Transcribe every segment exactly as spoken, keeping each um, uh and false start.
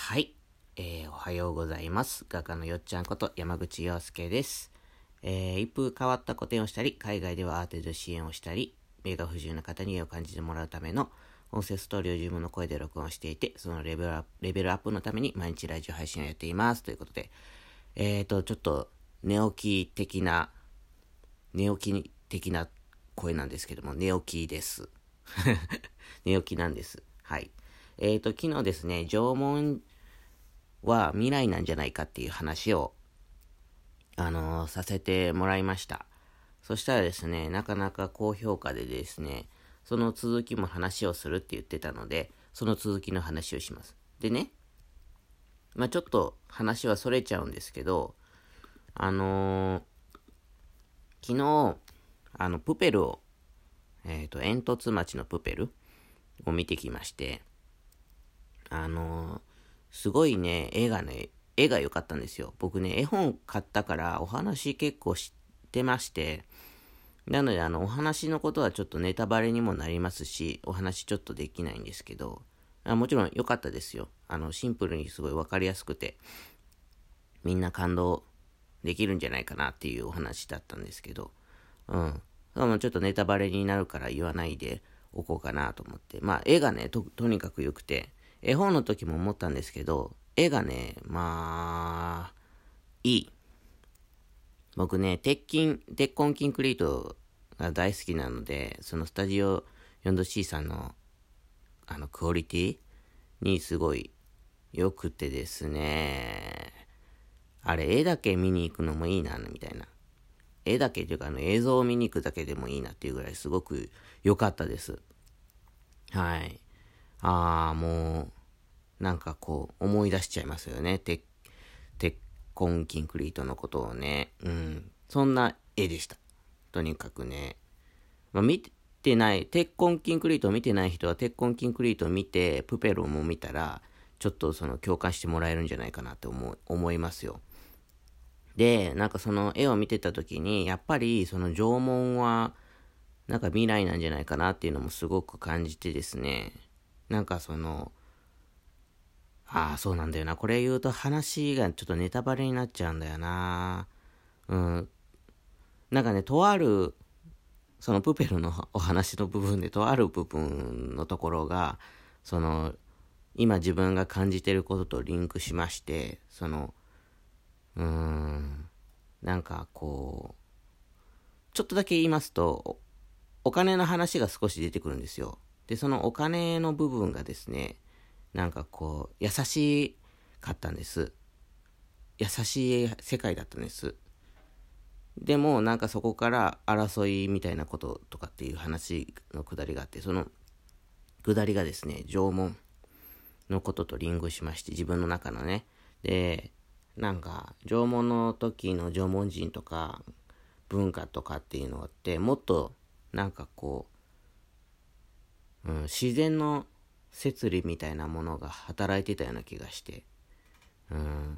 はい、えー、おはようございます。画家のよっちゃんこと山口洋介です。えー、一風変わった個展をしたり、海外ではアートで支援をしたり、目が不自由な方に絵を感じてもらうための音声ストーリーを自分の声で録音していて、そのレベルアップ、レベルアップのために毎日ラジオ配信をやっています。ということで、えーと、ちょっと寝起き的な、寝起き的な声なんですけども、寝起きです。寝起きなんです。はい。えーと、昨日ですね、縄文は未来なんじゃないかっていう話を、あのーさせてもらいました。そしたらですね、なかなか高評価でですね、その続きも話をするって言ってたので、その続きの話をします。でね、まあちょっと話はそれちゃうんですけど、あのー昨日、あの、プペルを、えっ、と、煙突町のプペルを見てきまして、あのーすごいね、絵がね、絵が良かったんですよ。僕ね、絵本買ったからお話結構知ってまして、なので、あの、お話のことはちょっとネタバレにもなりますし、お話ちょっとできないんですけど、あもちろん良かったですよ。あの、シンプルにすごいわかりやすくて、みんな感動できるんじゃないかなっていうお話だったんですけど、うん。ちょっとネタバレになるから言わないでおこうかなと思って。まあ、絵がね、と、とにかく良くて、絵本の時も思ったんですけど、絵がね、まあ、いい。僕ね、鉄筋、鉄コンキンクリートが大好きなので、そのスタジオ よんドシー さんの、あの、クオリティにすごい良くてですね、あれ、絵だけ見に行くのもいいな、みたいな。絵だけというか、あの、映像を見に行くだけでもいいなっていうぐらいすごく良かったです。はい。あー、もう、なんかこう、思い出しちゃいますよね。鉄、鉄コンキンクリートのことをね。うん。そんな絵でした。とにかくね。まあ、見てない、鉄コンキンクリートを見てない人は、鉄コンキンクリートを見て、プペルも見たら、ちょっとその共感してもらえるんじゃないかなって思う、思いますよ。で、なんかその絵を見てた時に、やっぱりその縄文は、なんか未来なんじゃないかなっていうのもすごく感じてですね。なんかその、ああ、そうなんだよな。これ言うと話がちょっとネタバレになっちゃうんだよな。うん。なんかね、とある、そのプペルのお話の部分で、とある部分のところが、その、今自分が感じてることとリンクしまして、その、うーん、なんかこう、ちょっとだけ言いますと、お金の話が少し出てくるんですよ。で、そのお金の部分がですね、なんかこう、優しかったんです。優しい世界だったんです。でも、なんかそこから争いみたいなこととかっていう話のくだりがあって、そのくだりがですね、縄文のこととリンクしまして、自分の中のね。で、なんか、縄文の時の縄文人とか、文化とかっていうのって、もっと、なんかこう、うん、自然の摂理みたいなものが働いてたような気がして、うん、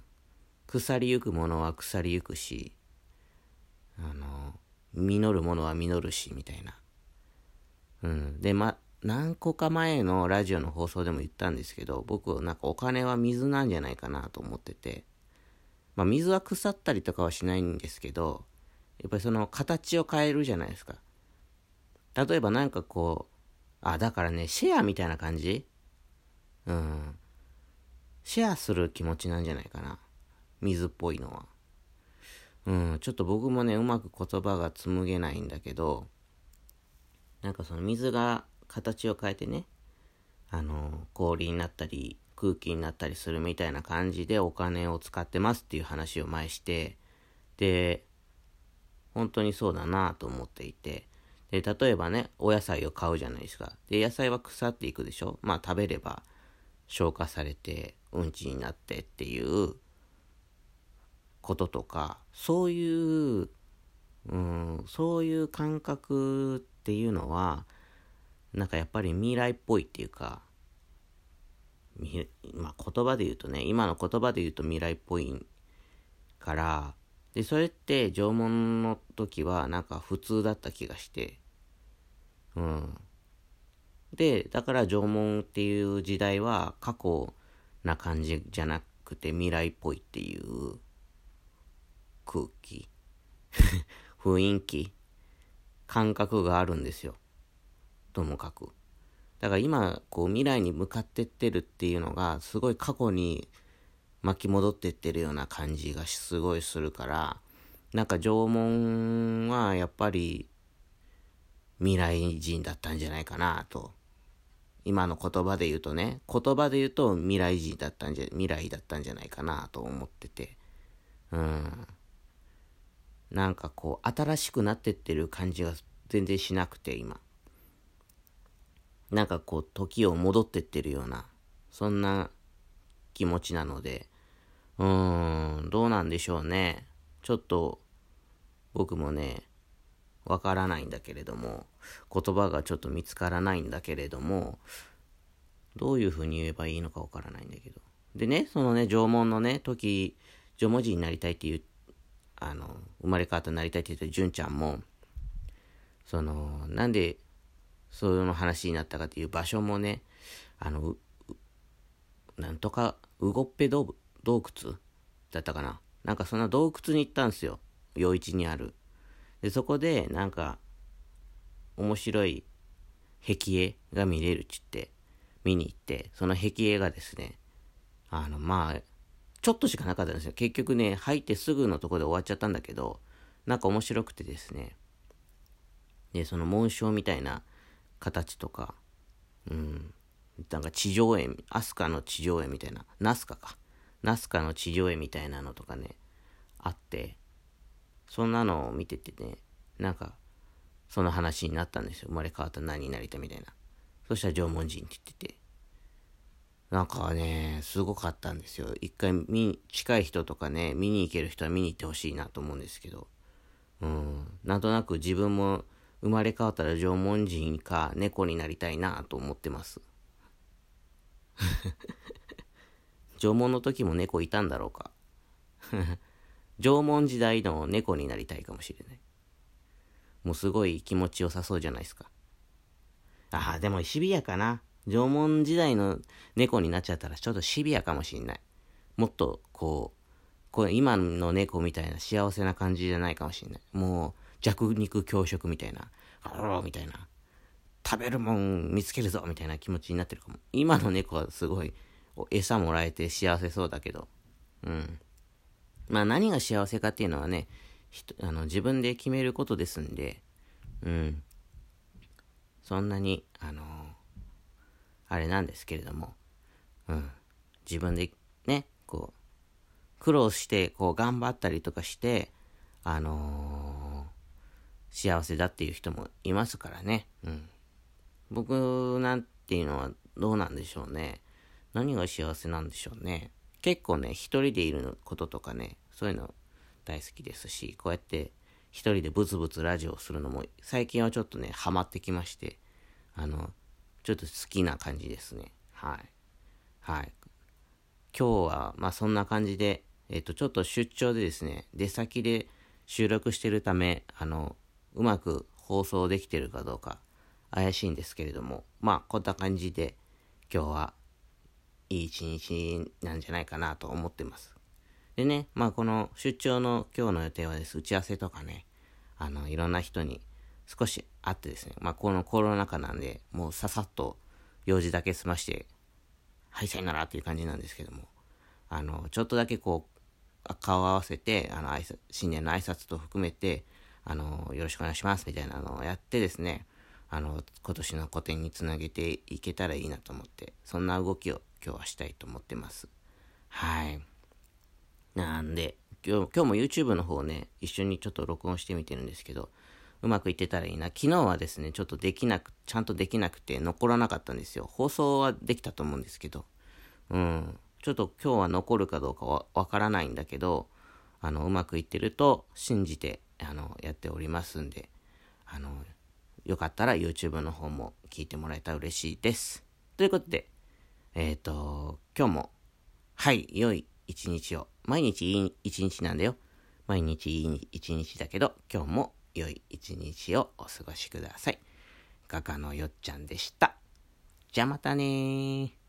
腐りゆくものは腐りゆくし、あの、実るものは実るし、みたいな。うん。で、ま、何個か前のラジオの放送でも言ったんですけど、僕、なんかお金は水なんじゃないかなと思ってて、まあ、水は腐ったりとかはしないんですけど、やっぱりその形を変えるじゃないですか。例えばなんかこう、あ、だからね、シェアみたいな感じ。うん。シェアする気持ちなんじゃないかな。水っぽいのは。うん。ちょっと僕もね、うまく言葉が紡げないんだけど、なんかその水が形を変えてね、あの、氷になったり、空気になったりするみたいな感じでお金を使ってますっていう話を前して、で、本当にそうだなと思っていて、で、例えばね、お野菜を買うじゃないですか。で、野菜は腐っていくでしょ。まあ食べれば消化されて、うんちになってっていうこととか、そういう、うん、そういう感覚っていうのは、なんかやっぱり未来っぽいっていうか、まあ、言葉で言うとね、今の言葉で言うと未来っぽいから、で、それって縄文の時はなんか普通だった気がして、うん。で、だから縄文っていう時代は過去な感じじゃなくて未来っぽいっていう空気雰囲気感覚があるんですよ。ともかくだから今こう未来に向かってってるっていうのがすごい過去に巻き戻ってってるような感じがすごいするから、なんか縄文はやっぱり未来人だったんじゃないかなと。今の言葉で言うとね、言葉で言うと未来人だったんじゃ、未来だったんじゃないかなと思ってて。うん。なんかこう、新しくなってってる感じが全然しなくて、今。なんかこう、時を戻ってってるような、そんな気持ちなので、うーん、どうなんでしょうね。ちょっと、僕もね、わからないんだけれども、言葉がちょっと見つからないんだけれども、どういう風に言えばいいのかわからないんだけど。でね、そのね、縄文のね、時、縄文人になりたいっていう、あの、生まれ変わったなりたいって言った純ちゃんも、その、なんで、そういう話になったかっていう場所もね、あの、なんとか、うごっぺ洞窟だったかな。なんかそんな洞窟に行ったんですよ。余市にある。で、そこで、なんか、面白い壁絵が見れるっちって、見に行って、その壁画がですね、あの、まあ、ちょっとしかなかったんですよ。結局ね、入ってすぐのところで終わっちゃったんだけど、なんか面白くてですね、で、その紋章みたいな形とか、うん、なんか地上絵、飛鳥の地上絵みたいな、ナスカか。ナスカの地上絵みたいなのとかね、あって、そんなのを見ててね、なんか、その話になったんですよ。生まれ変わった何になりたみたいな。そしたら縄文人って言ってて、なんかね、すごかったんですよ。一回見、近い人とかね、見に行ける人は見に行ってほしいなと思うんですけど、うん、なんとなく自分も生まれ変わったら縄文人か猫になりたいなと思ってます。縄文の時も猫いたんだろうか。縄文時代の猫になりたいかもしれない。もうすごい気持ちよさそうじゃないですか。ああ、でもシビアかな。縄文時代の猫になっちゃったらちょっとシビアかもしれない。もっとこう、これ今の猫みたいな幸せな感じじゃないかもしれない。もう弱肉強食みたいな、あろみたいな、食べるもん見つけるぞみたいな気持ちになってるかも。今の猫はすごい餌もらえて幸せそうだけど、うん。まあ何が幸せかっていうのはね、あの自分で決めることですんで、うん。そんなに、あのー、あれなんですけれども、うん。自分でね、こう、苦労して、こう、頑張ったりとかして、あのー、幸せだっていう人もいますからね。うん。僕なんていうのはどうなんでしょうね。何が幸せなんでしょうね。結構ね、一人でいることとかね、そういうの大好きですし、こうやって一人でブツブツラジオするのも最近はちょっとね、ハマってきまして、あの、ちょっと好きな感じですね。はい。はい。今日は、まあそんな感じで、えっと、ちょっと出張でですね、出先で収録してるため、あの、うまく放送できてるかどうか怪しいんですけれども、まあこんな感じで今日はいい一日なんじゃないかなと思ってます。でね、まあこの出張の今日の予定はです、打ち合わせとかね、あの、いろんな人に少し会ってですね、まあこのコロナ禍なんで、もうささっと用事だけ済まして、はい、さよならっていう感じなんですけども、あの、ちょっとだけこう、顔を合わせて、あの、挨拶、新年の挨拶と含めて、あの、よろしくお願いしますみたいなのをやってですね、あの、今年の個展につなげていけたらいいなと思って、そんな動きを今日はしたいと思ってます。はい。なんで、今日、今日も YouTube の方ね、一緒にちょっと録音してみてるんですけど、うまくいってたらいいな。昨日はですね、ちょっとできなく、ちゃんとできなくて残らなかったんですよ。放送はできたと思うんですけど、うん。ちょっと今日は残るかどうかはわからないんだけど、あの、うまくいってると信じて、あの、やっておりますんで、あの、よかったら YouTube の方も聞いてもらえたら嬉しいです。ということで、えっと、今日も、はい、良い一日を。毎日いい一日なんだよ。毎日いい一日だけど、今日も良い一日をお過ごしください。画家のよっちゃんでした。じゃあまたねー。